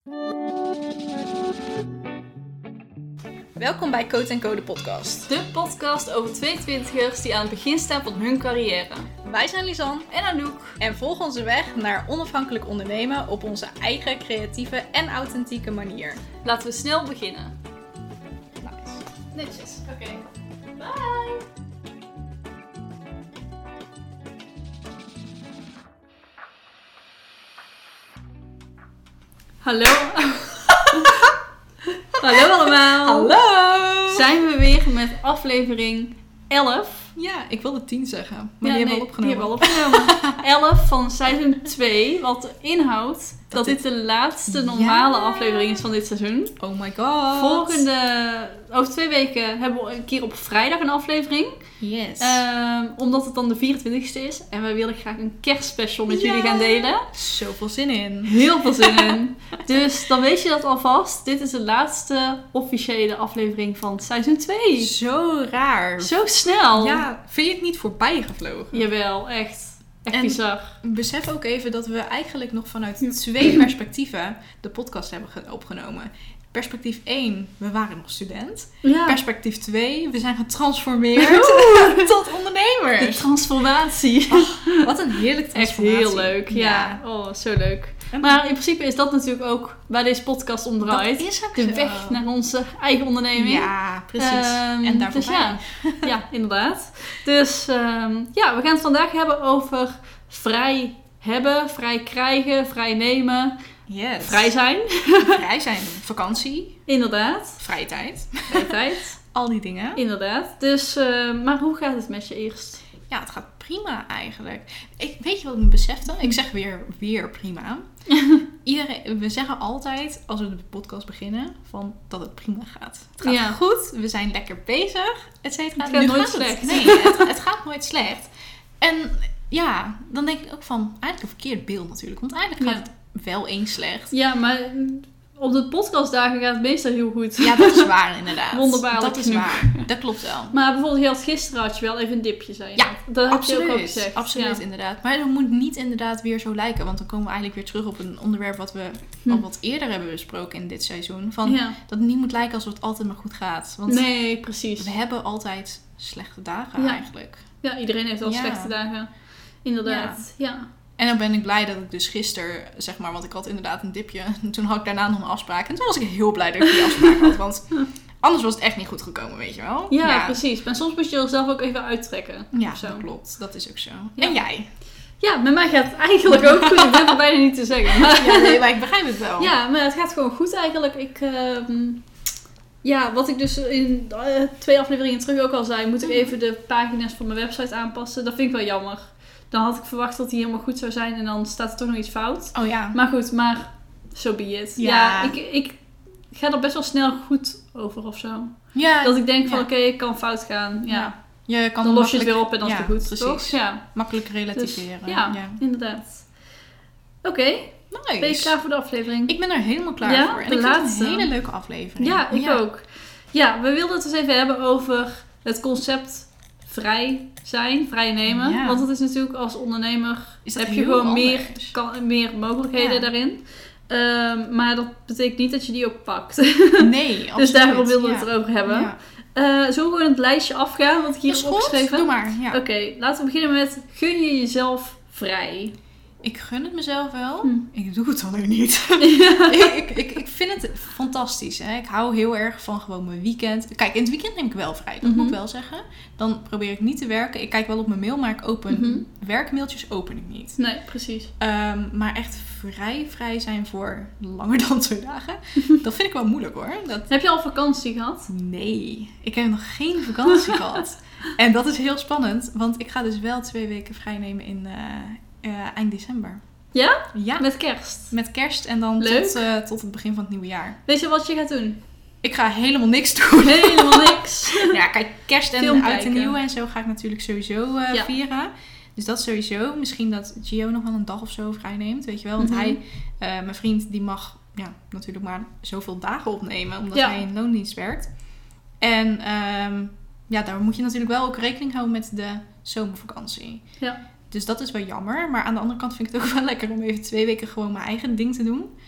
Welkom bij Code & Co, de podcast. De podcast over 22'ers die aan het begin staan van hun carrière. Wij zijn Lisanne En Anouk. en volgen onze weg naar onafhankelijk ondernemen op onze eigen creatieve en authentieke manier. Laten we snel beginnen. Nice. Netjes. Oké. Bye. Hallo. Hallo allemaal. Hallo! Zijn we weer met aflevering 11. Ja, ik wilde 10 zeggen, maar die hebben we al opgenomen. Die hebben we al opgenomen. 11 van seizoen 2, wat inhoudt dat dit de laatste normale aflevering is van dit seizoen. Oh my god. Over 2 weken hebben we een keer op vrijdag een aflevering. Yes. Omdat het dan de 24ste is. En wij willen graag een kerstspecial met jullie gaan delen. Zoveel zin in. Heel veel zin in. Dus dan weet je dat alvast. Dit is de laatste officiële aflevering van seizoen 2. Zo raar. Zo snel. Ja, vind je het niet voorbij gevlogen? Jawel, echt. Echt En bizar. Besef ook even dat we eigenlijk nog vanuit 2 perspectieven de podcast hebben opgenomen. Perspectief 1, we waren nog student. Ja. Perspectief 2, we zijn getransformeerd tot De ondernemers. transformatie. Wat een heerlijk Echt transformatie. heel leuk. Ja. Oh, zo leuk. Maar in principe is dat natuurlijk ook waar deze podcast om draait. Dat is ook De zo. weg naar onze eigen onderneming. Ja, precies. En daarvoor dus ja, inderdaad. Dus ja, we gaan het vandaag hebben over vrij hebben, vrij krijgen, vrij nemen, Yes. vrij zijn. Vrij zijn, vakantie, Inderdaad. vrije tijd, Vrije tijd. al die dingen. Inderdaad. Dus, maar hoe gaat het met je eerst? Ja, het gaat prima eigenlijk. Weet je wat ik me besefte? Ik zeg weer prima. We zeggen altijd, als we de podcast beginnen, van dat het prima gaat. Het gaat goed, we zijn lekker bezig, et cetera. Het gaat nooit slecht. Nee, het gaat nooit slecht. En ja, dan denk ik ook van, eigenlijk een verkeerd beeld natuurlijk. Want eigenlijk gaat het wel eens slecht. Ja, maar op de podcastdagen gaat het meestal heel goed. Ja, dat is waar inderdaad. Wonderbaarlijk Dat is genoeg. waar. Dat klopt wel. Maar bijvoorbeeld gisteren had je wel even een dipje, zei je. Ja, dat heb je ook al gezegd. Absoluut, Ja. inderdaad. Maar het moet niet inderdaad weer zo lijken. Want dan komen we eigenlijk weer terug op een onderwerp wat we al wat eerder hebben besproken in dit seizoen. Van dat het niet moet lijken alsof het altijd maar goed gaat. Want nee, precies. we hebben altijd slechte dagen eigenlijk. Ja, iedereen heeft wel slechte dagen. Inderdaad, ja. En dan ben ik blij dat ik dus gisteren, zeg maar, want ik had inderdaad een dipje. En toen had ik daarna nog een afspraak. En toen was ik heel blij dat ik die afspraak had. Want anders was het echt niet goed gekomen, weet je wel. Ja, precies. Maar soms moet je er zelf ook even uittrekken. Ja, zo. dat klopt. Dat is ook zo. Ja. En jij? Ja, met mij gaat het eigenlijk ook goed. Ik durf het bijna niet te zeggen. Maar, Ja, nee, maar ik begrijp het wel. ja, maar het gaat gewoon goed eigenlijk. Ja, wat ik dus in 2 afleveringen terug ook al zei, moet ik even de pagina's van mijn website aanpassen. Dat vind ik wel jammer. Dan had ik verwacht dat die helemaal goed zou zijn en dan staat er toch nog iets fout. Oh ja. Maar goed, so be it. Ja. Ja, ik ga er best wel snel goed over of zo. Ja. Dat ik denk van oké, ik kan fout gaan. Ja. Je kan Dan los je het makkelijk- weer op en dan is het goed. Precies. Toch? Ja. Makkelijk relativeren. Dus, ja, inderdaad. Oké, Nice. ben je klaar voor de aflevering? Ik ben er helemaal klaar voor. En de ik laatste. vind het een hele leuke aflevering. Ja, ik ook. Ja, we wilden het dus even hebben over het concept vrij zijn, vrij nemen. Ja. Want dat is natuurlijk als ondernemer Is dat heb je heel gewoon anders. meer mogelijkheden Ja. daarin. Maar dat betekent niet dat je die ook pakt. Nee, absoluut. Dus daarom wilden we het erover hebben. Ja. Zullen we gewoon het lijstje afgaan wat ik hier Is heb goed? opgeschreven? Doe maar. Ja. Oké, laten we beginnen met gun je jezelf vrij? Ik gun het mezelf wel. Hm. Ik doe het dan ook niet. ik vind het fantastisch. Hè? Ik hou heel erg van gewoon mijn weekend. Kijk, in het weekend neem ik wel vrij. Dat moet ik wel zeggen. Dan probeer ik niet te werken. Ik kijk wel op mijn mail, maar ik open werkmailtjes open ik niet. Nee, precies. Maar echt vrij zijn voor langer dan 2 dagen. Dat vind ik wel moeilijk hoor. Heb je al vakantie gehad? Nee, ik heb nog geen vakantie gehad. En dat is heel spannend. Want ik ga dus wel 2 weken vrij nemen in eind december. Ja? Ja. Met kerst. Met kerst en dan tot het begin van het nieuwe jaar. Weet je wat je gaat doen? Ik ga helemaal niks doen. Helemaal niks. Ja, kijk, kerst en Film oud en kijken. nieuw en zo ga ik natuurlijk sowieso vieren. Dus dat sowieso. Misschien dat Gio nog wel een dag of zo vrij neemt, weet je wel. Want hij, mijn vriend, die mag natuurlijk maar zoveel dagen opnemen. Omdat hij in loondienst werkt. En daar moet je natuurlijk wel ook rekening houden met de zomervakantie. Ja. Dus dat is wel jammer. Maar aan de andere kant vind ik het ook wel lekker om even 2 weken gewoon mijn eigen ding te doen.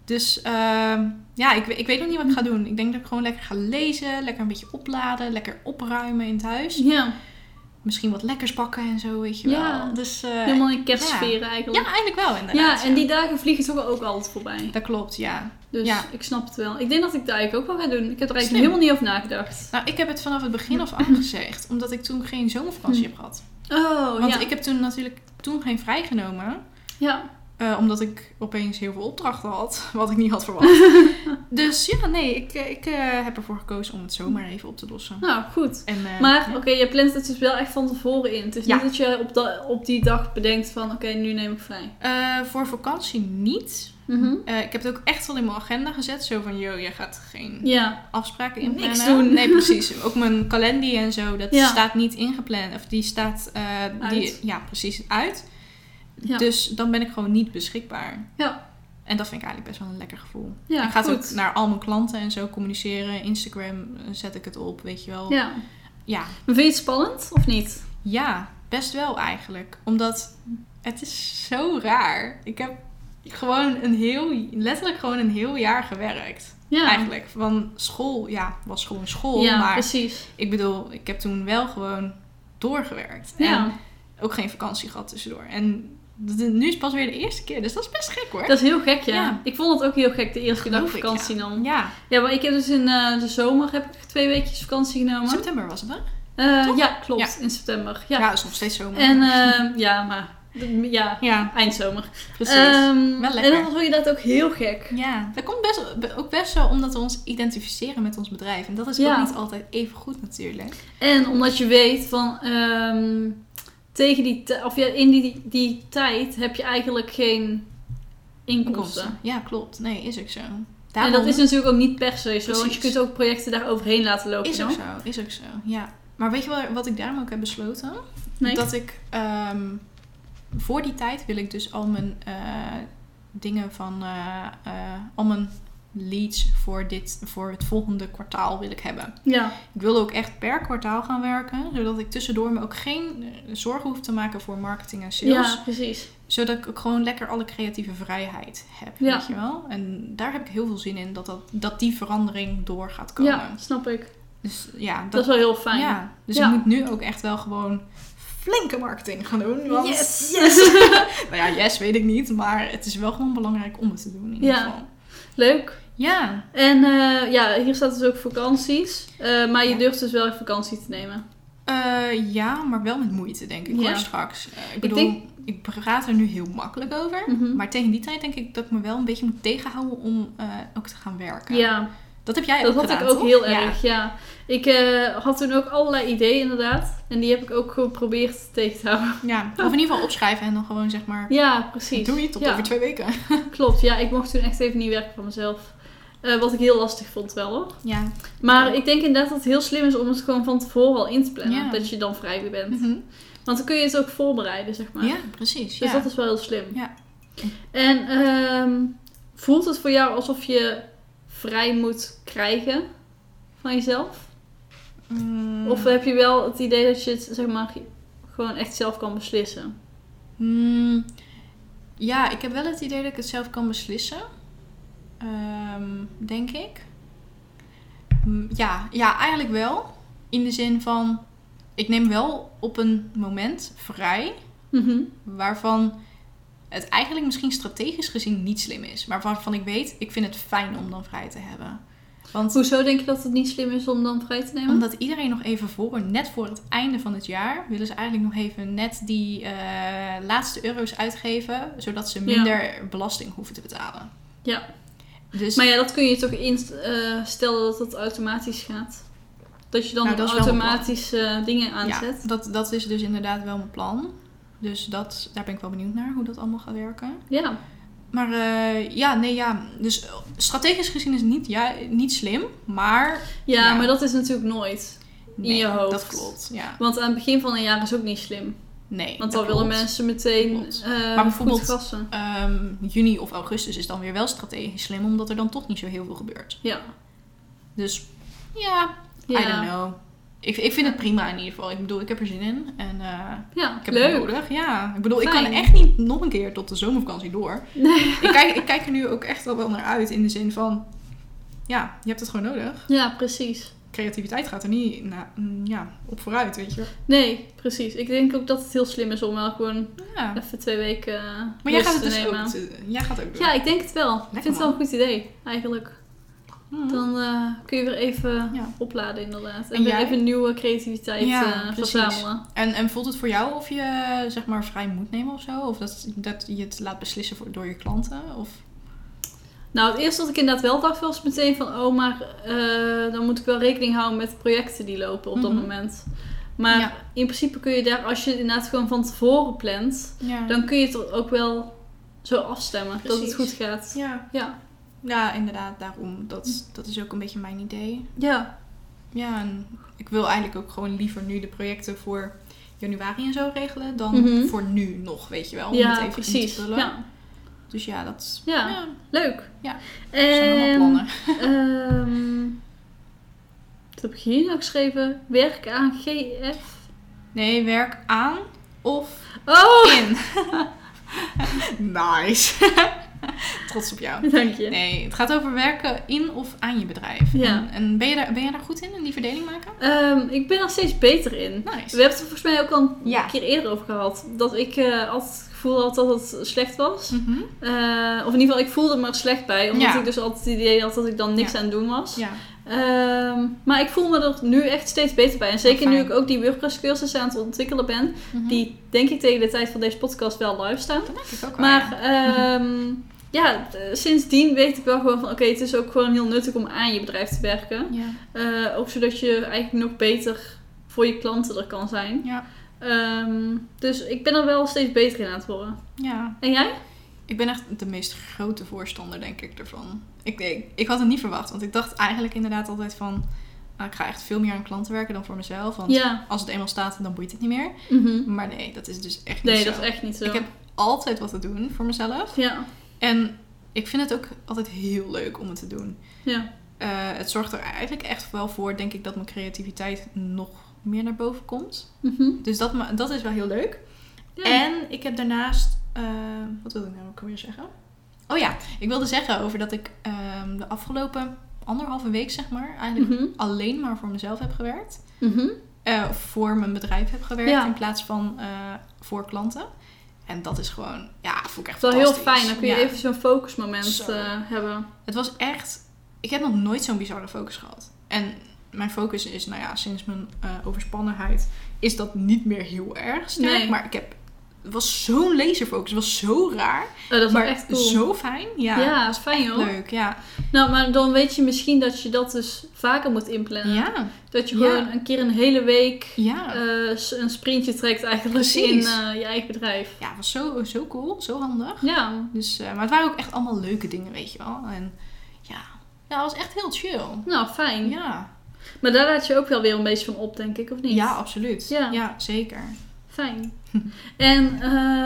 Dus ik weet nog niet wat ik ga doen. Ik denk dat ik gewoon lekker ga lezen. Lekker een beetje opladen. Lekker opruimen in het huis. Ja. Misschien wat lekkers bakken en zo, weet je wel. Ja. Dus, helemaal in kerstsfeer eigenlijk. Ja, eigenlijk wel inderdaad. Ja, en die dagen vliegen toch ook altijd voorbij. Dat klopt, ja. Dus ik snap het wel. Ik denk dat ik dat eigenlijk ook wel ga doen. Ik heb er eigenlijk helemaal niet over nagedacht. Nou, ik heb het vanaf het begin af aan gezegd. Omdat ik toen geen zomervakantie heb gehad. Oh, Want ik heb toen natuurlijk geen vrijgenomen. Ja. Omdat ik opeens heel veel opdrachten had. Wat ik niet had verwacht. Dus ja, nee. Ik heb ervoor gekozen om het zomaar even op te lossen. Nou, goed. En, maar oké, je plant het dus wel echt van tevoren in. Het is niet dat je op die dag bedenkt van oké, nu neem ik vrij. Voor vakantie niet. Mm-hmm. Ik heb het ook echt wel in mijn agenda gezet. Zo van, je gaat geen afspraken inplannen. Niks doen. Nee, precies. Ook mijn kalender en zo, dat staat niet ingepland. Of die staat uit. Ja. Dus dan ben ik gewoon niet beschikbaar. Ja. En dat vind ik eigenlijk best wel een lekker gevoel. Ja, ik ga het goed. ook naar al mijn klanten en zo communiceren. Instagram zet ik het op, weet je wel. Ja. Ja. Maar vind je het spannend of niet? Ja, best wel eigenlijk. Omdat het is zo raar. Ik heb gewoon letterlijk een heel jaar gewerkt. Ja. Eigenlijk. Van school, was gewoon school. Ja, maar precies. Ik bedoel, ik heb toen wel gewoon doorgewerkt. Ja. En ook geen vakantie gehad tussendoor. En nu is het pas weer de eerste keer. Dus dat is best gek hoor. Dat is heel gek, ja. Ja. Ik vond het ook heel gek de eerste dag vakantie nam. Ja, maar ik heb dus in de zomer heb ik 2 weekjes vakantie genomen. September was het hè? Ja, klopt. Ja. In september. Ja, dat is nog steeds zomer. En eindzomer. Precies. Wel lekker. En dan vond je dat ook heel gek. Ja, dat komt best wel omdat we ons identificeren met ons bedrijf. En dat is ook niet altijd even goed natuurlijk. En omdat je weet van tegen in die tijd heb je eigenlijk geen inkomsten. Ja, klopt. Nee, is ook zo. Daarom... En dat is natuurlijk ook niet per se zo. Want je kunt ook projecten daar overheen laten lopen. Is ook zo. Ja. Maar weet je wat ik daarom ook heb besloten? Nee. Dat ik voor die tijd wil ik dus al mijn dingen van al mijn leads voor het volgende kwartaal wil ik hebben. Ja. Ik wil ook echt per kwartaal gaan werken, zodat ik tussendoor me ook geen zorgen hoef te maken voor marketing en sales. Ja, precies. Zodat ik ook gewoon lekker alle creatieve vrijheid heb, weet je wel. En daar heb ik heel veel zin in, dat die verandering door gaat komen. Ja, snap ik. Dus ja, dat is wel heel fijn. Ja, dus ik moet nu ook echt wel gewoon flinke marketing gaan doen. Want yes! Nou ja, yes weet ik niet, maar het is wel gewoon belangrijk om het te doen in ieder geval. Leuk. Ja. En hier staat dus ook vakanties. Maar je durft dus wel vakantie te nemen. Ja, maar wel met moeite, denk ik, hoor, straks. Ik bedoel, ik praat er nu heel makkelijk over. Mm-hmm. Maar tegen die tijd denk ik dat ik me wel een beetje moet tegenhouden om ook te gaan werken. Ja. Dat heb jij ook gedaan, Dat had ik ook heel erg, ja. Ik had toen ook allerlei ideeën, inderdaad. En die heb ik ook geprobeerd tegen te houden. Ja, of in ieder geval opschrijven en dan gewoon zeg maar... Ja, precies. Doe je tot over 2 weken. Klopt, ja. Ik mocht toen echt even niet werken van mezelf. Wat ik heel lastig vond wel, hoor. Ja. Maar ik denk inderdaad dat het heel slim is om het gewoon van tevoren al in te plannen. Ja. Dat je dan vrij weer bent. Mm-hmm. Want dan kun je het ook voorbereiden, zeg maar. Ja, precies. Dus dat is wel heel slim. Ja. En voelt het voor jou alsof je vrij moet krijgen van jezelf? Of heb je wel het idee dat je het, zeg maar, gewoon echt zelf kan beslissen? Ja, ik heb wel het idee dat ik het zelf kan beslissen. Denk ik. Ja, eigenlijk wel. In de zin van, ik neem wel op een moment vrij, waarvan het eigenlijk misschien strategisch gezien niet slim is. Maar waarvan ik weet, ik vind het fijn om dan vrij te hebben. Want, hoezo denk je dat het niet slim is om dan vrij te nemen? Omdat iedereen nog even net voor het einde van het jaar, willen ze eigenlijk nog even net die laatste euro's uitgeven, zodat ze minder belasting hoeven te betalen. Ja. Dus, maar ja, dat kun je toch instellen dat het automatisch gaat. Dat je dan automatisch dingen aanzet. Ja, dat is dus inderdaad wel mijn plan. Dus daar ben ik wel benieuwd naar, hoe dat allemaal gaat werken. Ja. Maar dus strategisch gezien is het niet slim, maar... Ja, maar dat is natuurlijk nooit in je hoofd. Dat klopt, ja. Want aan het begin van een jaar is ook niet slim. Nee, want dan willen mensen meteen maar bijvoorbeeld gassen. Juni of augustus is dan weer wel strategisch slim, omdat er dan toch niet zo heel veel gebeurt. Ja. Dus ja, I don't know. Ik vind het prima in ieder geval. Ik bedoel, ik heb er zin in. En ik heb leuk. het nodig. Ja, ik bedoel, Fijn. ik kan echt niet nog een keer tot de zomervakantie door. Nee. Ik kijk er nu ook echt wel naar uit. In de zin van, ja, je hebt het gewoon nodig. Ja, precies. Creativiteit gaat er niet op vooruit, weet je wel. Nee, precies. Ik denk ook dat het heel slim is om wel gewoon Ja. even 2 weken Maar jij rust gaat het te dus nemen. jij gaat ook doen. Ja, ik denk het wel. Lekker, ik vind het wel man. een goed idee, eigenlijk. Dan kun je weer even opladen inderdaad. En weer jij? even nieuwe creativiteit precies. verzamelen. En voelt het voor jou of je zeg maar vrij moet nemen of zo? Of dat je het laat beslissen door je klanten? Of... Nou, het eerste wat ik inderdaad wel dacht was meteen van... maar dan moet ik wel rekening houden met projecten die lopen op dat moment. Maar in principe kun je daar, als je het inderdaad gewoon van tevoren plant... dan kun je het ook wel zo afstemmen. Precies. Dat het goed gaat. Ja, inderdaad. Daarom. Dat is ook een beetje mijn idee. Ja. Ja, en ik wil eigenlijk ook gewoon liever nu de projecten voor januari en zo regelen... dan voor nu nog, weet je wel. Om het even precies. in te vullen. Ja. Dus ja, dat... Ja, leuk. Ja, dat zijn allemaal plannen. Wat heb ik hier nou geschreven? Werk aan GF? Nee, werk aan of in. Nice. Trots op jou. Dank je. Nee, het gaat over werken in of aan je bedrijf. Ja. En ben je daar goed in die verdeling maken? Ik ben er steeds beter in. Nice. We hebben het er volgens mij ook al een keer eerder over gehad. Dat ik altijd het gevoel had dat het slecht was. Of in ieder geval, ik voelde me er slecht bij. Omdat ik dus altijd het idee had dat ik dan niks aan het doen was. Ja. Maar ik voel me er nu echt steeds beter bij. En zeker nu ik ook die WordPress cursus aan het ontwikkelen ben. Die denk ik tegen de tijd van deze podcast wel live staan. Dat denk ik ook wel, maar sindsdien weet ik wel gewoon van... Oké, het is ook gewoon heel nuttig om aan je bedrijf te werken. Ja. Ook zodat je eigenlijk nog beter voor je klanten er kan zijn. Ja. Dus ik ben er wel steeds beter in aan het worden. Ja. En jij? Ik ben echt de meest grote voorstander, denk ik, ervan. Ik had het niet verwacht, want ik dacht eigenlijk inderdaad altijd van... ik ga echt veel meer aan klanten werken dan voor mezelf. Want als het eenmaal staat, dan boeit het niet meer. Maar nee, dat is dus echt niet zo. Nee, dat is echt niet zo. Ik heb altijd wat te doen voor mezelf. Ja. En ik vind het ook altijd heel leuk om het te doen. Ja. Het zorgt er eigenlijk echt wel voor, denk ik, dat mijn creativiteit nog meer naar boven komt. Dus dat is wel heel leuk. Ja. En ik heb daarnaast... wat wilde ik nou ook weer zeggen? Oh ja, ik wilde zeggen over dat ik de afgelopen 1,5 week, zeg maar, eigenlijk alleen maar voor mezelf heb gewerkt. Voor mijn bedrijf heb gewerkt in plaats van voor klanten. En dat is gewoon, voel ik echt wel fantastisch. Heel fijn, dan kun je even zo'n focusmoment hebben. Het was echt... Ik heb nog nooit zo'n bizarre focus gehad. En mijn focus is, sinds mijn overspannenheid is dat niet meer heel erg sterk. Nee. Maar het was zo'n laserfocus. Het was zo raar. Oh, dat is maar echt cool. Zo fijn. Ja, dat is fijn hoor. Leuk, ja. Nou, maar dan weet je misschien dat je dat dus vaker moet inplannen. Ja. Dat je gewoon een keer een hele week een sprintje trekt eigenlijk in je eigen bedrijf. Ja, het was zo cool. Zo handig. Ja. Dus, maar het waren ook echt allemaal leuke dingen, weet je wel. En het was echt heel chill. Nou, fijn. Ja. Maar daar laat je ook wel weer een beetje van op, denk ik, of niet? Ja, absoluut. Ja, zeker. Fijn. En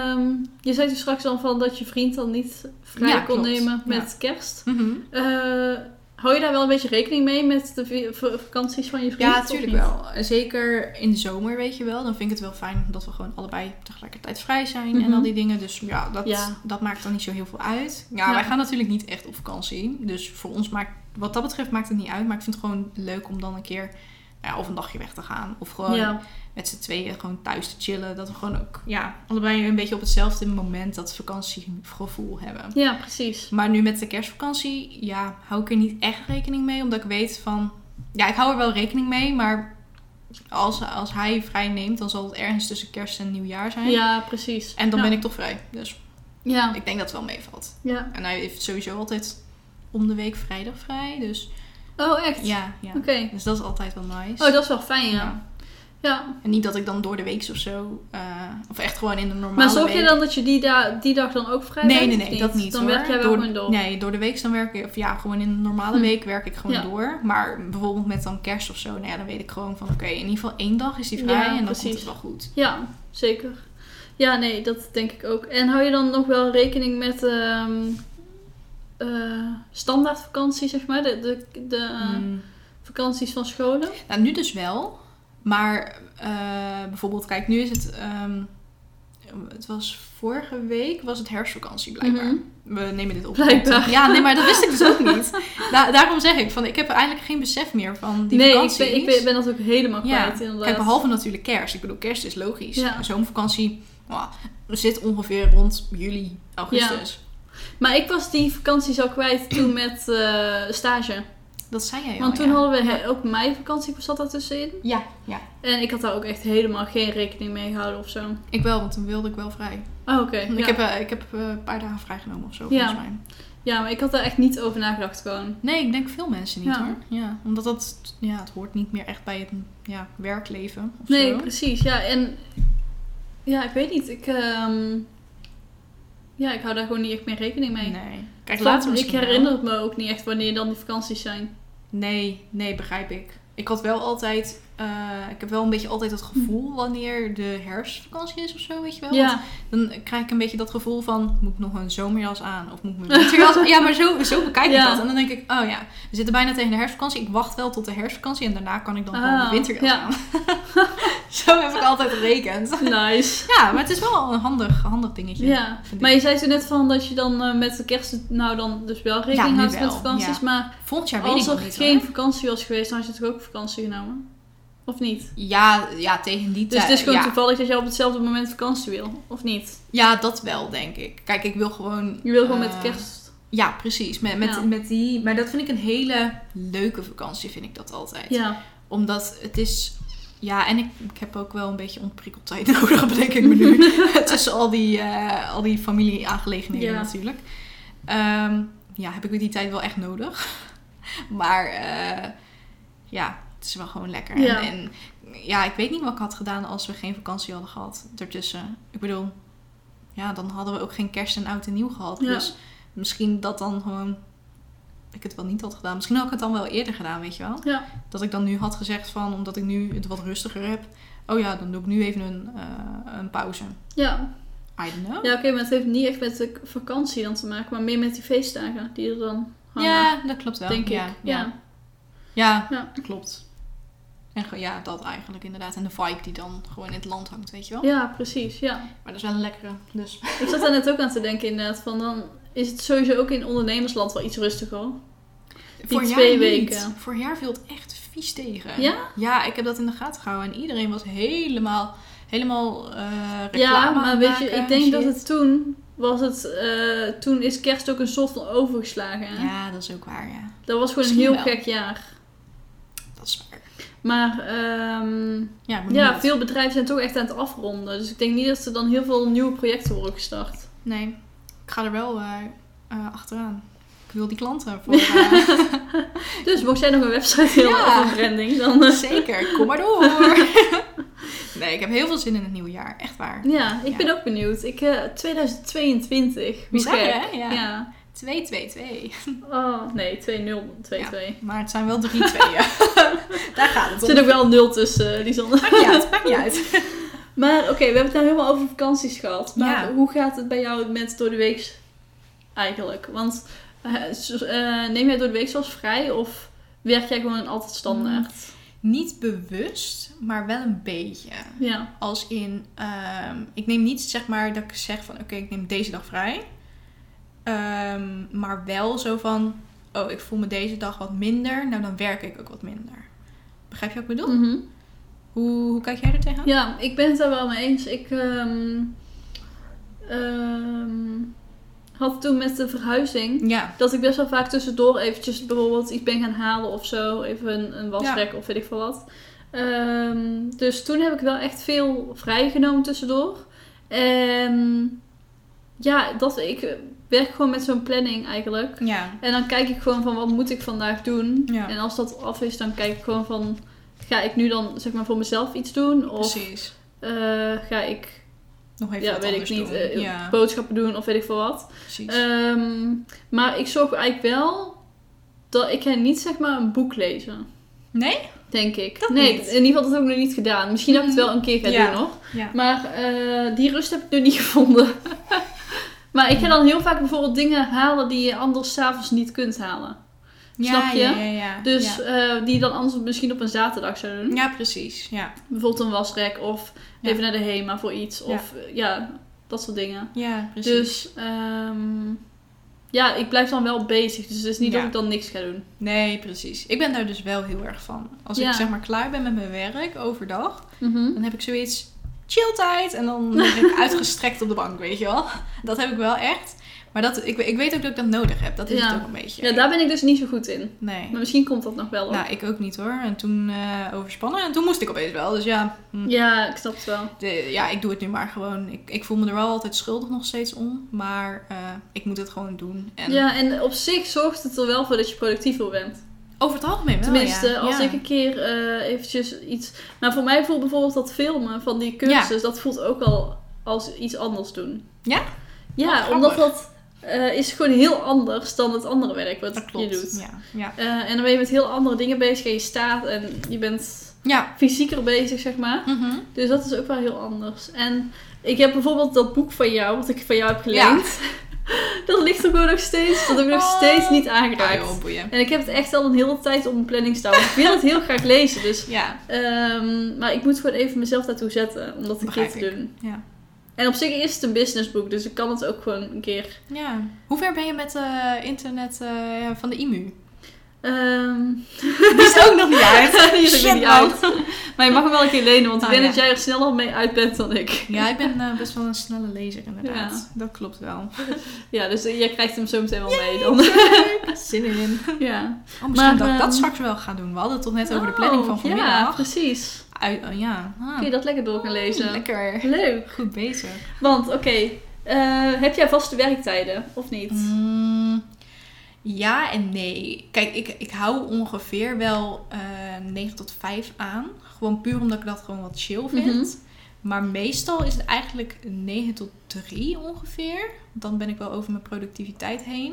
je zei dus straks al van dat je vriend dan niet vrij kon nemen met kerst. Hou je daar wel een beetje rekening mee met de vakanties van je vriend? Ja, natuurlijk wel. Zeker in de zomer, weet je wel. Dan vind ik het wel fijn dat we gewoon allebei tegelijkertijd vrij zijn en al die dingen. Dus dat maakt dan niet zo heel veel uit. Ja, wij gaan natuurlijk niet echt op vakantie. Dus voor ons wat dat betreft maakt het niet uit. Maar ik vind het gewoon leuk om dan een keer of een dagje weg te gaan. Of gewoon met z'n tweeën gewoon thuis te chillen. Dat we gewoon ook allebei een beetje op hetzelfde moment dat vakantiegevoel hebben. Ja, precies. Maar nu met de kerstvakantie, hou ik er niet echt rekening mee. Omdat ik weet van... Ja, ik hou er wel rekening mee. Maar als hij vrij neemt, dan zal het ergens tussen kerst en nieuwjaar zijn. Ja, precies. En dan ben ik toch vrij. Dus ik denk dat het wel meevalt. Ja. En hij heeft sowieso altijd om de week vrijdag vrij. Dus... Oh, echt? Ja. Oké. Dus dat is altijd wel nice. Oh, dat is wel fijn, ja. En niet dat ik dan door de week of zo... of echt gewoon in de normale Maar zorg week... je dan dat je die dag dan ook vrij bent? Nee, dat niet. Dan werk jij wel gewoon door? Nee, door de week dan werk ik... Of gewoon in de normale week werk ik gewoon door. Maar bijvoorbeeld met dan kerst of zo... dan weet ik gewoon van... Oké, in ieder geval 1 dag is die vrij. En dan komt het wel goed. Ja, zeker. Ja, nee, dat denk ik ook. En hou je dan nog wel rekening met... standaardvakantie, zeg maar? De vakanties van scholen? Nou, nu dus wel. Maar bijvoorbeeld, kijk, nu is het... het was vorige week, was het herfstvakantie blijkbaar. Mm-hmm. We nemen dit op. Blijkbaar. Ja, nee, maar dat wist ik dus ook niet. Daarom zeg ik, ik heb eigenlijk geen besef meer van die vakanties. Nee, ik ben dat ook helemaal kwijt, inderdaad. Kijk, behalve natuurlijk kerst. Ik bedoel, kerst is logisch. Ja. Zomervakantie zit ongeveer rond juli, augustus. Ja. Maar ik was die vakanties al kwijt toen met stage. Dat zei jij al, want toen hadden we ook meivakantie, zat daar tussenin. Ja. En ik had daar ook echt helemaal geen rekening mee gehouden of zo. Ik wel, want toen wilde ik wel vrij. Oh, oké. Ik heb een paar dagen vrijgenomen of zo, volgens mij. Ja, maar ik had daar echt niet over nagedacht gewoon. Nee, ik denk veel mensen niet hoor. Ja, omdat het hoort niet meer echt bij het werkleven of nee, zo. Precies. Ja, en ja, ik weet niet. Ik hou daar gewoon niet echt meer rekening mee. Nee. Kijk, later ik herinner het me ook niet echt wanneer dan die vakanties zijn. Nee, begrijp ik. Ik had wel altijd... ik heb wel een beetje altijd het gevoel wanneer de herfstvakantie is of zo, weet je wel. Ja. Dan krijg ik een beetje dat gevoel van, moet ik nog een zomerjas aan? Of moet ik mijn winterjas aan? Ja, maar zo bekijk ik dat. En dan denk ik, oh ja, we zitten bijna tegen de herfstvakantie. Ik wacht wel tot de herfstvakantie en daarna kan ik dan gewoon de winterjas aan. Zo heb ik altijd gerekend. Nice. Ja, maar het is wel een handig dingetje. Ja, maar je zei toen net van dat je dan met de kerst dan dus wel rekening houdt met vakanties. Ja. Maar volgend jaar weet ik nog niet. Als er geen vakantie was geweest, dan had je toch ook vakantie genomen? Of niet? Ja, tegen die tijd. Dus het is gewoon toevallig dat je op hetzelfde moment vakantie wil, of niet? Ja, dat wel, denk ik. Kijk, ik wil gewoon... Je wil gewoon met de kerst... Ja, precies. Met die... Maar dat vind ik een hele leuke vakantie, vind ik dat altijd. Ja. Omdat het is... Ja, en ik heb ook wel een beetje ontprikkeltijd nodig, bedenk ik me nu. Tussen al die familie-aangelegenheden natuurlijk. Heb ik die tijd wel echt nodig. Maar het is wel gewoon lekker. Ja. En ik weet niet wat ik had gedaan als we geen vakantie hadden gehad ertussen. Ik bedoel, dan hadden we ook geen kerst en oud en nieuw gehad. Ja. Dus misschien dat dan gewoon... ik het wel niet had gedaan. Misschien had ik het dan wel eerder gedaan, weet je wel. Ja. Dat ik dan nu had gezegd van, omdat ik nu het wat rustiger heb. Oh ja, dan doe ik nu even een pauze. Ja. I don't know. Ja, oké, maar het heeft niet echt met de vakantie dan te maken. Maar meer met die feestdagen die er dan hangen. Ja, dat klopt wel. Denk ik. Ja, dat klopt. En dat eigenlijk inderdaad. En de vibe die dan gewoon in het land hangt, weet je wel. Ja, precies. Ja. Maar dat is wel een lekkere. Dus. Ik zat daar net ook aan te denken inderdaad. Van dan is het sowieso ook in ondernemersland wel iets rustiger. Die 2 weken. Vorig jaar viel het echt vies tegen. Ja? Ja, ik heb dat in de gaten gehouden. En iedereen was helemaal reclame ja, maar weet je, ik denk shit. dat het toen is kerst ook een soort van overgeslagen. Hè? Ja, dat is ook waar, ja. Dat was gewoon misschien een heel gek jaar. Dat is waar. Maar veel bedrijven zijn toch echt aan het afronden. Dus ik denk niet dat er dan heel veel nieuwe projecten worden gestart. Nee, ik ga er wel achteraan. Ik wil die klanten voor... Dus mocht jij nog een website willen of een branding, dan... Zeker, kom maar door. Nee, ik heb heel veel zin in het nieuwe jaar. Echt waar. Ja, ik ben ook benieuwd. 2022. Wie zeg je, hè? Ja. 222. Oh, nee, 2022. Ja, maar het zijn wel 3 tweeën. Daar gaat het om. Er zit ook wel een 0 tussen, Lisanne. Maakt niet uit. Maar oké, we hebben het nou helemaal over vakanties gehad. Maar hoe gaat het bij jou met door de week eigenlijk? Want neem jij door de week zoals vrij of werk jij gewoon altijd standaard? Niet bewust, maar wel een beetje. Ja. Als in, ik neem niet zeg maar dat ik zeg van oké, ik neem deze dag vrij. Maar wel zo van, oh, ik voel me deze dag wat minder. Nou, dan werk ik ook wat minder. Begrijp je wat ik bedoel? Mm-hmm. Hoe kijk jij er tegenaan? Ja, ik ben het daar wel mee eens. Ik had toen met de verhuizing dat ik best wel vaak tussendoor eventjes bijvoorbeeld iets ben gaan halen of zo. Even een wasrek of weet ik veel wat. Dus toen heb ik wel echt veel vrijgenomen tussendoor. En ik werk gewoon met zo'n planning eigenlijk. Ja. En dan kijk ik gewoon van wat moet ik vandaag doen. Ja. En als dat af is, dan kijk ik gewoon van ga ik nu dan zeg maar voor mezelf iets doen? Of precies. Ga ik nog even weet ik niet, boodschappen doen of weet ik veel wat. Precies. Maar ik zorg eigenlijk wel dat ik niet zeg maar een boek lezen. Nee? Denk ik. Dat nee, niet. in ieder geval dat heb ik nog niet gedaan. Misschien dat ik het wel een keer ga doen nog. Ja. Maar die rust heb ik nu niet gevonden. Maar ik ga dan heel vaak bijvoorbeeld dingen halen die je anders 's avonds niet kunt halen. Snap je? Ja. Dus die je dan anders misschien op een zaterdag zou doen. Ja, precies. Ja. Bijvoorbeeld een wasrek of even naar de HEMA voor iets. Of dat soort dingen. Ja, precies. Dus ik blijf dan wel bezig. Dus het is niet dat ik dan niks ga doen. Nee, precies. Ik ben daar dus wel heel erg van. Als ik zeg maar klaar ben met mijn werk overdag, dan heb ik zoiets chill tijd en dan ben ik uitgestrekt op de bank, weet je wel. Dat heb ik wel echt. Maar ik weet ook dat ik dat nodig heb. Dat is het ook een beetje. Ja, daar ben ik dus niet zo goed in. Nee. Maar misschien komt dat nog wel op. Nou, ik ook niet hoor. En toen overspannen. En toen moest ik opeens wel. Dus ja. Ja, ik snap het wel. Ik doe het nu maar gewoon. Ik voel me er wel altijd schuldig nog steeds om. Maar ik moet het gewoon doen. En... Ja, en op zich zorgt het er wel voor dat je productiever bent. Over het algemeen wel, tenminste, als ik een keer eventjes iets... Nou, voor mij voelt bijvoorbeeld dat filmen van die cursus... Dat voelt ook al als iets anders doen. Ja? Ja, omdat dat... is gewoon heel anders dan het andere werk wat je doet. Ja. En dan ben je met heel andere dingen bezig en je staat en je bent fysieker bezig, zeg maar. Mm-hmm. Dus dat is ook wel heel anders. En ik heb bijvoorbeeld dat boek van jou, wat ik van jou heb geleend. Dat ligt er gewoon nog steeds. Dat heb ik nog steeds niet aangeraakt. En ik heb het echt al een hele tijd op mijn planning staan. Ik wil het heel graag lezen. Dus, maar ik moet gewoon even mezelf daartoe zetten om dat een keer te doen. Ja. En op zich is het een businessboek, dus ik kan het ook gewoon een keer... Ja. Hoe ver ben je met internet van de IMU? Die is ook nog niet uit. Die is ook niet uit. Maar je mag hem wel een keer lenen, want ik denk dat jij er sneller mee uit bent dan ik. Ja, ik ben best wel een snelle lezer inderdaad. Ja. Dat klopt wel. Ja, dus jij krijgt hem zo meteen wel mee dan. Zin in. Ja. Oh, misschien dat ik dat straks wel ga doen. We hadden het toch net over de planning van vanmiddag. Ja, precies. Kun je dat lekker door gaan lezen? Lekker. Leuk. Goed bezig. Want, heb jij vaste werktijden of niet? Ja en nee. Kijk, ik hou ongeveer wel 9 tot 5 aan. Gewoon puur omdat ik dat gewoon wat chill vind. Mm-hmm. Maar meestal is het eigenlijk 9 tot 3 ongeveer. Dan ben ik wel over mijn productiviteit heen.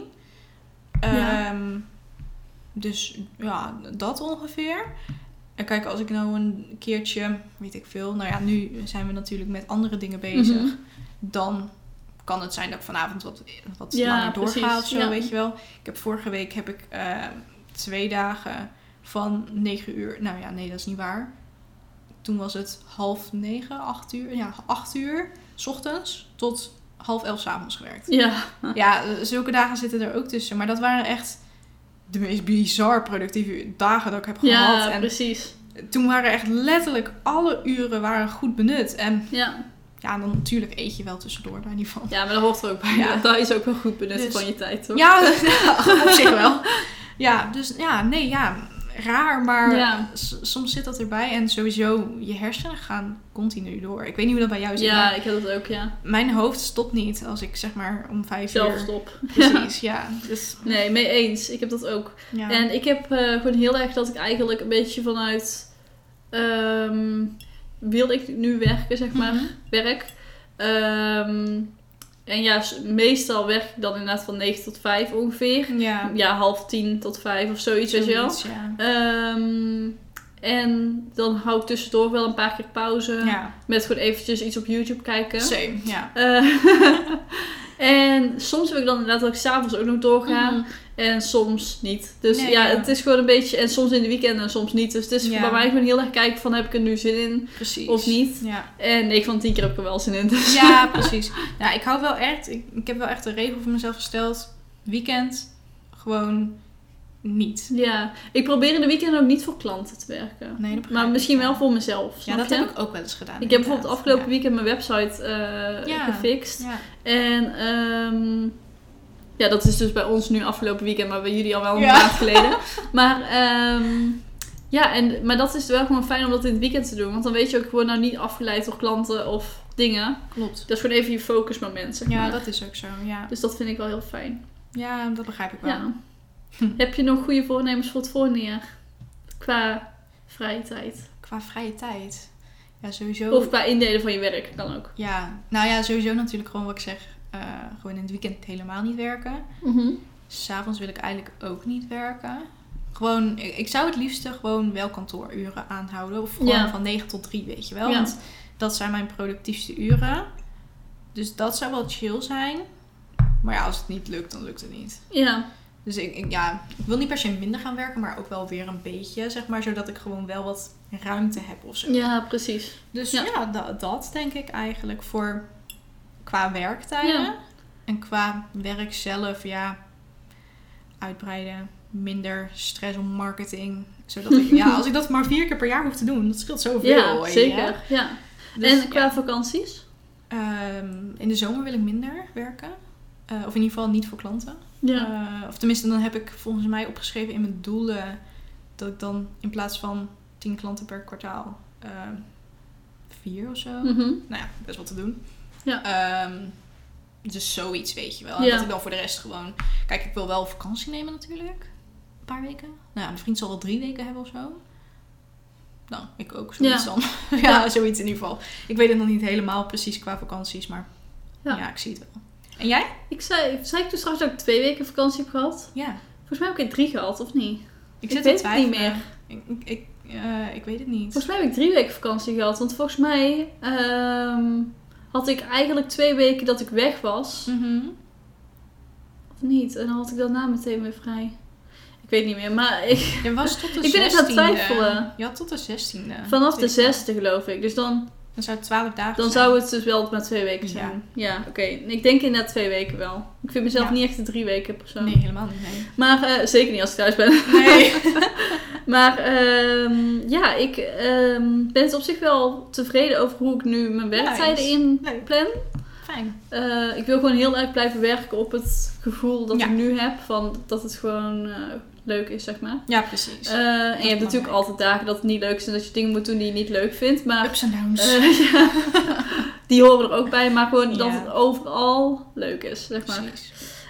Dus ja, dat ongeveer. En kijk, als ik nou een keertje, weet ik veel. Nou ja, nu zijn we natuurlijk met andere dingen bezig. Mm-hmm. Dan kan het zijn dat ik vanavond wat langer doorga of zo, weet je wel. Vorige week heb ik 2 dagen van 9 uur. Nou ja, nee, dat is niet waar. Toen was het 8:30, 8 uur. Ja, 8 uur 's ochtends tot 10:30 's avonds gewerkt. Ja. Ja, zulke dagen zitten er ook tussen. Maar dat waren echt de meest bizar productieve dagen dat ik heb gehad. Ja, en precies. Toen waren echt letterlijk alle uren waren goed benut. En ja, dan natuurlijk eet je wel tussendoor, daar niet van. Ja, maar dat hoort er ook bij. Ja. Dat is ook wel goed benut van je tijd, toch? Ja, op zich wel. Ja, dus raar, maar soms zit dat erbij. En sowieso, je hersenen gaan continu door. Ik weet niet hoe dat bij jou zit. Ja, ik heb dat ook, ja. Mijn hoofd stopt niet als ik zeg maar om 5 uur... Zelf stop. Precies, ja. Dus... Nee, mee eens. Ik heb dat ook. Ja. En ik heb gewoon heel erg dat ik eigenlijk een beetje vanuit... wil ik nu werken, zeg maar, werk. En ja, meestal werk ik dan inderdaad van 9 tot 5 ongeveer. Ja, 9:30 tot 5 of zoiets, weet je wel. Ja. En dan hou ik tussendoor wel een paar keer pauze. Ja. Met gewoon eventjes iets op YouTube kijken. Same, ja. En soms heb ik dan inderdaad dat ik 's avonds ook nog doorga. Mm-hmm. En soms niet. Dus het is gewoon een beetje... En soms in de weekenden en soms niet. Dus het is bij mij gewoon heel erg kijken van... Heb ik er nu zin in? Precies. Of niet? Ja. En 9 van 10 keer heb ik er wel zin in. Dus. Ja, precies. Ja, ik hou wel echt... Ik heb wel echt een regel voor mezelf gesteld. Weekend gewoon niet. Ja. Ik probeer in de weekend ook niet voor klanten te werken. Nee, dat maar misschien wel voor mezelf. Ja, dat heb ik ook wel eens gedaan. Ik heb bijvoorbeeld afgelopen weekend mijn website gefixt. Ja. En... ja, dat is dus bij ons nu afgelopen weekend, maar bij jullie al wel een maand geleden. Maar maar dat is wel gewoon fijn om dat in het weekend te doen. Want dan weet je ook gewoon nou niet afgeleid door klanten of dingen. Klopt. Dat is gewoon even je focusmoment, zeg maar. Ja, dat is ook zo, ja. Dus dat vind ik wel heel fijn. Ja, dat begrijp ik wel. Ja. Heb je nog goede voornemens voor het voorjaar? Qua vrije tijd? Qua vrije tijd? Ja, sowieso. Of qua indelen van je werk, kan ook. Ja, nou ja, sowieso natuurlijk gewoon wat ik zeg. Gewoon in het weekend helemaal niet werken. Mm-hmm. 'S'avonds wil ik eigenlijk ook niet werken. Gewoon, ik zou het liefste gewoon wel kantooruren aanhouden. Of gewoon van 9 tot 3, weet je wel. Ja. Want dat zijn mijn productiefste uren. Dus dat zou wel chill zijn. Maar ja, als het niet lukt, dan lukt het niet. Ja. Dus ik wil niet per se minder gaan werken, maar ook wel weer een beetje, zeg maar. Zodat ik gewoon wel wat ruimte heb of zo. Ja, precies. Dus dat denk ik eigenlijk voor qua werktijden. Ja. En qua werk zelf, uitbreiden. Minder stress om marketing. Zodat ik, als ik dat maar 4 keer per jaar hoef te doen, dat scheelt zoveel. Ja, zeker. Ja. Dus, en qua vakanties? In de zomer wil ik minder werken. Of in ieder geval niet voor klanten. Ja. Of tenminste, dan heb ik volgens mij opgeschreven in mijn doelen dat ik dan in plaats van 10 klanten per kwartaal 4 of zo. Mm-hmm. Nou ja, best wel te doen. Ja. Dus zoiets, weet je wel. En dat ik dan voor de rest gewoon... Kijk, ik wil wel vakantie nemen natuurlijk. Een paar weken. Nou ja, mijn vriend zal wel 3 weken hebben of zo. Nou, ik ook. Zoiets dan. Zoiets in ieder geval. Ik weet het nog niet helemaal precies qua vakanties, maar ja, ik zie het wel. En jij? Zei ik toen straks dat ik 2 weken vakantie heb gehad? Ja. Volgens mij heb ik 3 gehad, of niet? Ik weet het niet meer. Ik weet het niet. Volgens mij heb ik 3 weken vakantie gehad. Want volgens mij had ik eigenlijk 2 weken dat ik weg was. Mm-hmm. Of niet? En dan had ik daarna meteen weer vrij. Ik weet niet meer, maar Je was tot de 16e. Ik ben even aan het twijfelen. Je had tot de 16e. Vanaf de 6e geloof ik. Dus dan zou het 12 dagen dan zijn. zou het dus wel maar 2 weken zijn. Ja, oké. Ik denk inderdaad 2 weken wel. Ik vind mezelf niet echt een 3 weken persoon. Nee, helemaal niet. Nee. Maar zeker niet als ik thuis ben. Nee. Maar ik ben het op zich wel tevreden over hoe ik nu mijn werktijden inplan. Fijn. Ik wil gewoon heel erg blijven werken op het gevoel dat ik nu heb. Van dat het gewoon leuk is, zeg maar. Ja, precies. En je hebt natuurlijk altijd dagen dat het niet leuk is en dat je dingen moet doen die je niet leuk vindt. Maar, ups en downs. Die horen er ook bij, maar gewoon dat het overal leuk is, zeg maar. Precies.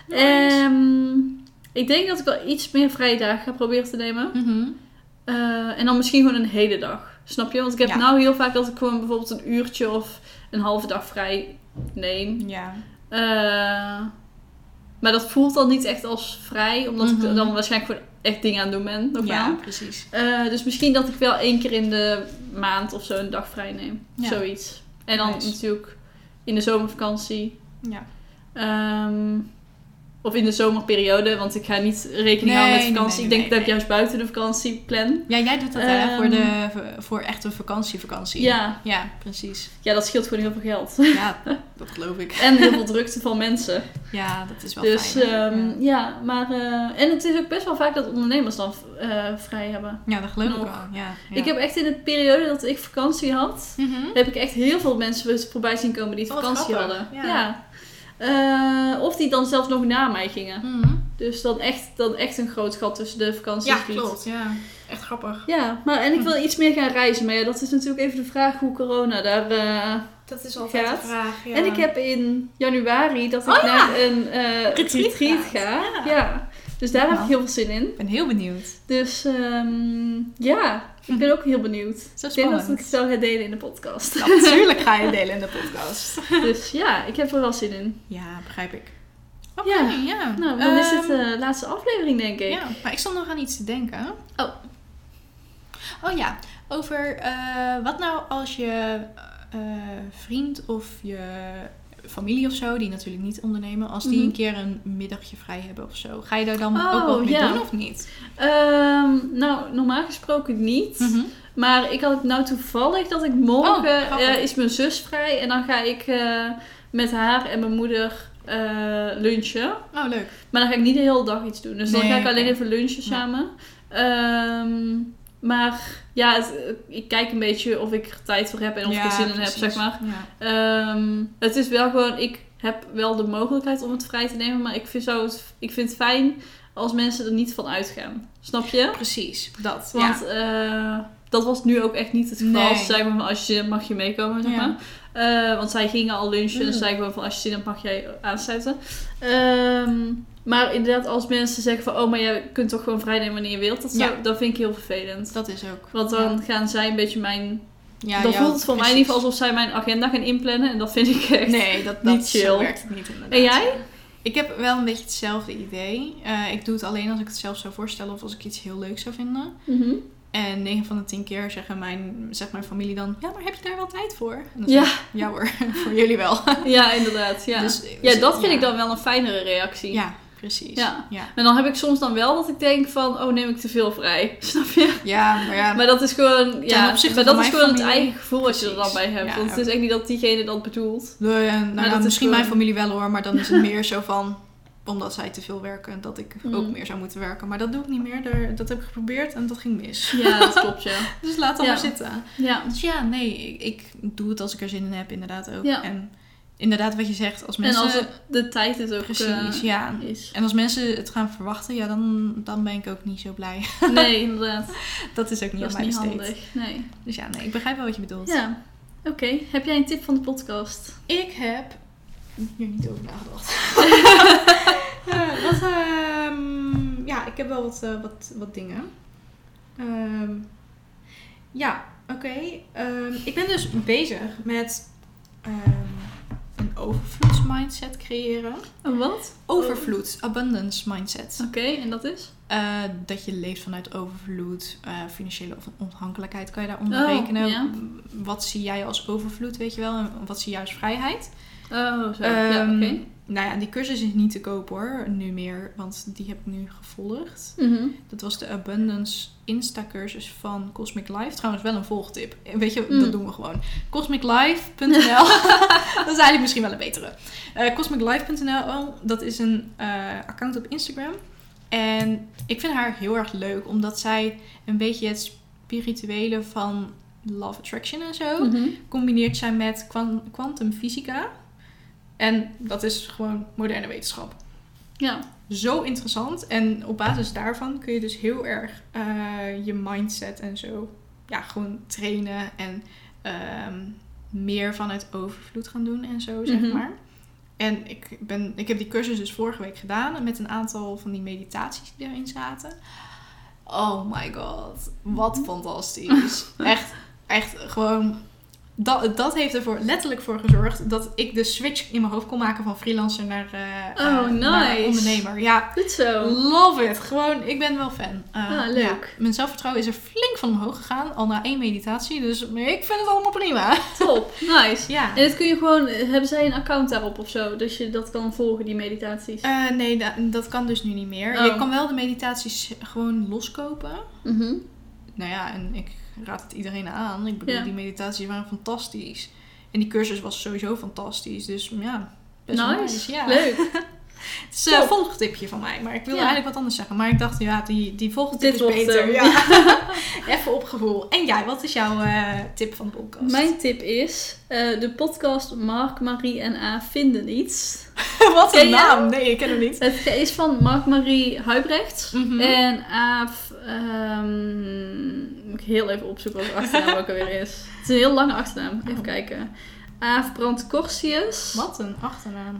Ik denk dat ik wel iets meer vrije dagen ga proberen te nemen. Mm-hmm. En dan misschien gewoon een hele dag. Snap je? Want ik heb nou heel vaak dat ik gewoon bijvoorbeeld een uurtje of een halve dag vrij neem. Ja. Maar dat voelt dan niet echt als vrij. Omdat ik dan waarschijnlijk gewoon echt dingen aan het doen ben. Nogmaals. Ja, precies. Dus misschien dat ik wel 1 keer in de maand of zo een dag vrij neem. Ja. Zoiets. En dan natuurlijk in de zomervakantie. Ja. Of in de zomerperiode, want ik ga niet rekening houden met vakantie. Ik denk dat ik juist buiten de vakantie plan. Ja, jij doet dat voor echt een vakantie. Ja. Ja, precies. Ja, dat scheelt gewoon heel veel geld. Ja, dat geloof ik. En heel veel drukte van mensen. Ja, dat is wel dus, fijn. Maar... en het is ook best wel vaak dat ondernemers dan vrij hebben. Ja, dat geloof ik wel. Ja. Ik heb echt in de periode dat ik vakantie had... heb ik echt heel veel mensen voorbij zien komen die vakantie hadden. Ja. Of die dan zelfs nog na mij gingen. Dus dan echt een groot gat tussen de vakanties. Ja, klopt. Ja, echt grappig. Ja, en ik wil iets meer gaan reizen. Maar ja, dat is natuurlijk even de vraag hoe corona daar dat is altijd gaat. de vraag, ja. En ik heb in januari dat ik naar een retreat ga. Ja. Dus daar heb ik heel veel zin in. Ik ben heel benieuwd. Dus ik ben ook heel benieuwd. Zo ik denk spannend. dat ik het zo ga delen in de podcast. Ja, natuurlijk ga je delen in de podcast. Dus ja, ik heb er wel zin in. Ja, begrijp ik. Oké, ja. Nou, dan is het de laatste aflevering, denk ik. Ja, maar ik stond nog aan iets te denken. Oh ja, over wat nou als je vriend of je familie of zo, die natuurlijk niet ondernemen, als die een keer een middagje vrij hebben of zo. Ga je daar dan ook wat mee doen of niet? Nou, normaal gesproken niet. Maar ik had nou toevallig dat ik morgen is mijn zus vrij en dan ga ik met haar en mijn moeder lunchen. Oh, leuk. Maar dan ga ik niet de hele dag iets doen. Dus dan ga ik alleen even lunchen samen. Maar ja, ik kijk een beetje of ik er tijd voor heb en of ik er zin in heb, zeg maar. Ja. Het is wel gewoon, ik heb wel de mogelijkheid om het vrij te nemen, maar ik vind het fijn als mensen er niet van uitgaan. Snap je? Precies, dat. Want dat was nu ook echt niet het geval. Ze zei maar, als je zin hebt mag je meekomen, zeg maar. Want zij gingen al lunchen, dus zei gewoon van als je zin hebt mag jij aansluiten. Maar inderdaad, als mensen zeggen van oh, maar jij kunt toch gewoon vrij nemen wanneer je wilt, dat vind ik heel vervelend. Dat is ook. Want dan gaan zij een beetje dan voelt het voor mij in ieder geval alsof zij mijn agenda gaan inplannen en dat vind ik echt niet chill. Zo werkt het niet inderdaad. En jij? Ik heb wel een beetje hetzelfde idee. Ik doe het alleen als ik het zelf zou voorstellen of als ik iets heel leuks zou vinden. En 9 van de 10 keer zegt mijn familie dan, ja, maar heb je daar wel tijd voor? En dan zeg ik, hoor, voor jullie wel. Ja, inderdaad. Ja, dus, dat vind ik dan wel een fijnere reactie. Ja, Precies. Ja. Ja. En dan heb ik soms dan wel dat ik denk van, neem ik te veel vrij. Snap je? Ja. Maar dat is gewoon, maar dat is gewoon het eigen gevoel wat je er dan Precies. bij hebt. Ja, Want het is echt niet dat diegene dat bedoelt. Nou, misschien gewoon... mijn familie wel hoor, maar dan is het meer zo van... Omdat zij te veel werken, dat ik ook meer zou moeten werken. Maar dat doe ik niet meer. Dat heb ik geprobeerd en dat ging mis. Ja, dat klopt, ja. Dus laat dat maar zitten. Ja. Dus ja, nee, ik doe het als ik er zin in heb, inderdaad ook. Ja. En inderdaad wat je zegt, als mensen... En als de tijd het ook precies, is. En als mensen het gaan verwachten, ja, dan ben ik ook niet zo blij. Nee, inderdaad. Dat is ook niet aan mij besteed. Handig, nee. Dus ja, nee, ik begrijp wel wat je bedoelt. Ja, oké. Heb jij een tip van de podcast? Ik heb hier niet over nagedacht. Ik heb wel wat dingen. Ik ben dus bezig met een overvloedsmindset creëren. Een wat? Overvloed, abundance mindset. Oké, en dat is? Dat je leeft vanuit overvloed, financiële onafhankelijkheid kan je daaronder rekenen. Ja. Wat zie jij als overvloed, weet je wel? En wat zie jij als vrijheid? Oh, zo. Oké. Nou ja, die cursus is niet te koop hoor, nu meer, want die heb ik nu gevolgd. Mm-hmm. Dat was de Abundance Insta-cursus van Cosmic Life. Trouwens wel een volgtip. Weet je, dat doen we gewoon. CosmicLife.nl Dat is eigenlijk misschien wel een betere. CosmicLife.nl, dat is een account op Instagram. En ik vind haar heel erg leuk, omdat zij een beetje het spirituele van Love Attraction en zo combineert zij met kwantumfysica. En dat is gewoon moderne wetenschap. Ja. Zo interessant. En op basis daarvan kun je dus heel erg je mindset en zo gewoon trainen. En meer vanuit overvloed gaan doen en zo, zeg maar. En ik heb die cursus dus vorige week gedaan. Met een aantal van die meditaties die erin zaten. Oh my god. Wat fantastisch. Echt gewoon... Dat heeft ervoor letterlijk voor gezorgd dat ik de switch in mijn hoofd kon maken van freelancer naar ondernemer. Ja, goed zo. Love it. Gewoon, ik ben wel fan. Leuk. Ja, mijn zelfvertrouwen is er flink van omhoog gegaan, al na 1 meditatie. Dus ik vind het allemaal prima. Top, nice. Ja. En dit kun je gewoon, hebben zij een account daarop of zo? Dus je dat kan volgen, die meditaties? Nee, dat kan dus nu niet meer. Oh. Je kan wel de meditaties gewoon loskopen. Nou ja, en ik raad het iedereen aan. Ik bedoel, die meditaties waren fantastisch. En die cursus was sowieso fantastisch. Dus ja, best wel nice. Ja. Leuk. Het is een volgtipje van mij. Maar ik wilde eigenlijk wat anders zeggen. Maar ik dacht, die volgtip is beter. Even op gevoel. En jij, wat is jouw tip van de podcast? Mijn tip is de podcast Mark, Marie en A vinden iets. Wat een naam. Nee, ik ken hem niet. Het is van Mark-Marie Huibrecht. En Aaf... moet ik heel even opzoeken wat de achternaam ook alweer is. Het is een heel lange achternaam. Even kijken. Aaf Brandt Corsius. Wat een achternaam.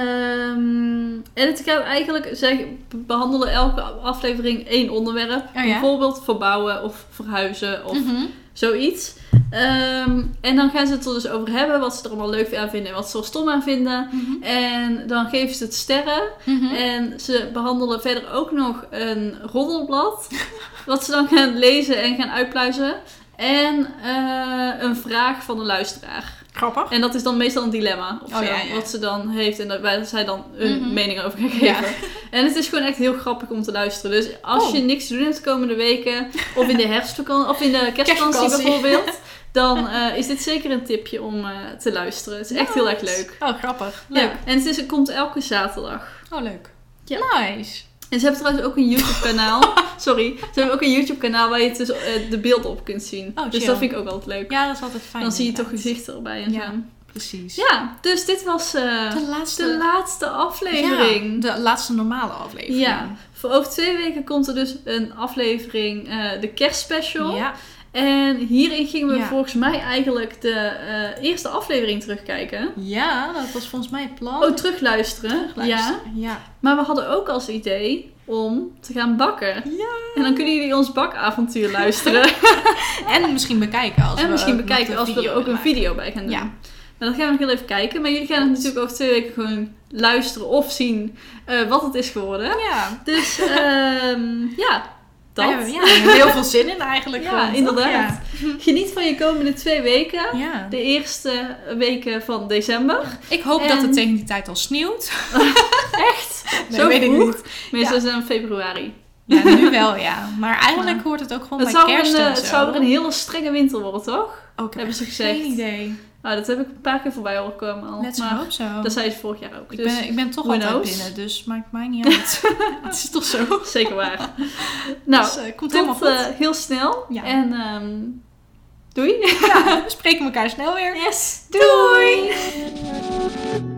En het gaat eigenlijk... Zij behandelen elke aflevering 1 onderwerp. Bijvoorbeeld verbouwen of verhuizen of zoiets. En dan gaan ze het er dus over hebben. Wat ze er allemaal leuk aan vinden en wat ze er stom aan vinden. En dan geven ze het sterren. En ze behandelen verder ook nog een roddelblad. Wat ze dan gaan lezen en gaan uitpluizen. En een vraag van de luisteraar. Grappig. En dat is dan meestal een dilemma. Of wat ze dan heeft. En waar zij dan hun mening over gaan geven. Ja. En het is gewoon echt heel grappig om te luisteren. Dus als je niks te doen hebt de komende weken. Of in de herfstvakantie. Of in de kerstvakantie bijvoorbeeld. Dan is dit zeker een tipje om te luisteren. Het is echt heel erg leuk. Oh, grappig. Leuk. Ja. En het komt elke zaterdag. Oh, leuk. Ja. Nice. En ze hebben trouwens ook een YouTube kanaal. Sorry. Ze hebben ook een YouTube kanaal waar je dus, de beelden op kunt zien. Oh, dus dat vind ik ook altijd leuk. Ja, dat is altijd fijn. Dan zie je toch gezichten erbij en zo. Precies. Ja, dus dit was de laatste aflevering. Ja, de laatste normale aflevering. Ja, voor over 2 weken komt er dus een aflevering, de kerstspecial. Ja. En hierin gingen we volgens mij eigenlijk de eerste aflevering terugkijken. Ja, dat was volgens mij het plan. Oh, terugluisteren. Ja. Maar we hadden ook als idee om te gaan bakken. Ja. En dan kunnen jullie ons bakavontuur luisteren. En misschien bekijken als we er ook een video bij gaan doen. Ja. Nou, dan gaan we nog heel even kijken. Maar jullie gaan het natuurlijk over 2 weken gewoon luisteren of zien wat het is geworden. Ja. Dus dat. Ja, we hebben heel veel zin in eigenlijk. Ja, gewoon, inderdaad. Ja. Geniet van je komende 2 weken. Ja. De eerste weken van december. Ik hoop dat het tegen die tijd al sneeuwt. Echt? Nee, Zo weet ik vroeg? niet. Meestal Ja. is het in februari. Ja, nu wel, ja. Maar eigenlijk hoort het ook gewoon bij kerst en Het zo. zou er een hele strenge winter worden, toch? Oh, ik heb hebben ze echt gezegd. geen idee. Nou, dat heb ik een paar keer voorbij horen komen al. Let's maar hope so. dat zei ze vorig jaar ook. Ik ben toch who altijd knows? binnen, dus maakt mij niet uit. Het is toch zo? Zeker waar. Nou, Dus, komt helemaal tot goed. heel snel. Ja. En doei. Ja, we spreken elkaar snel weer. Yes. Doei!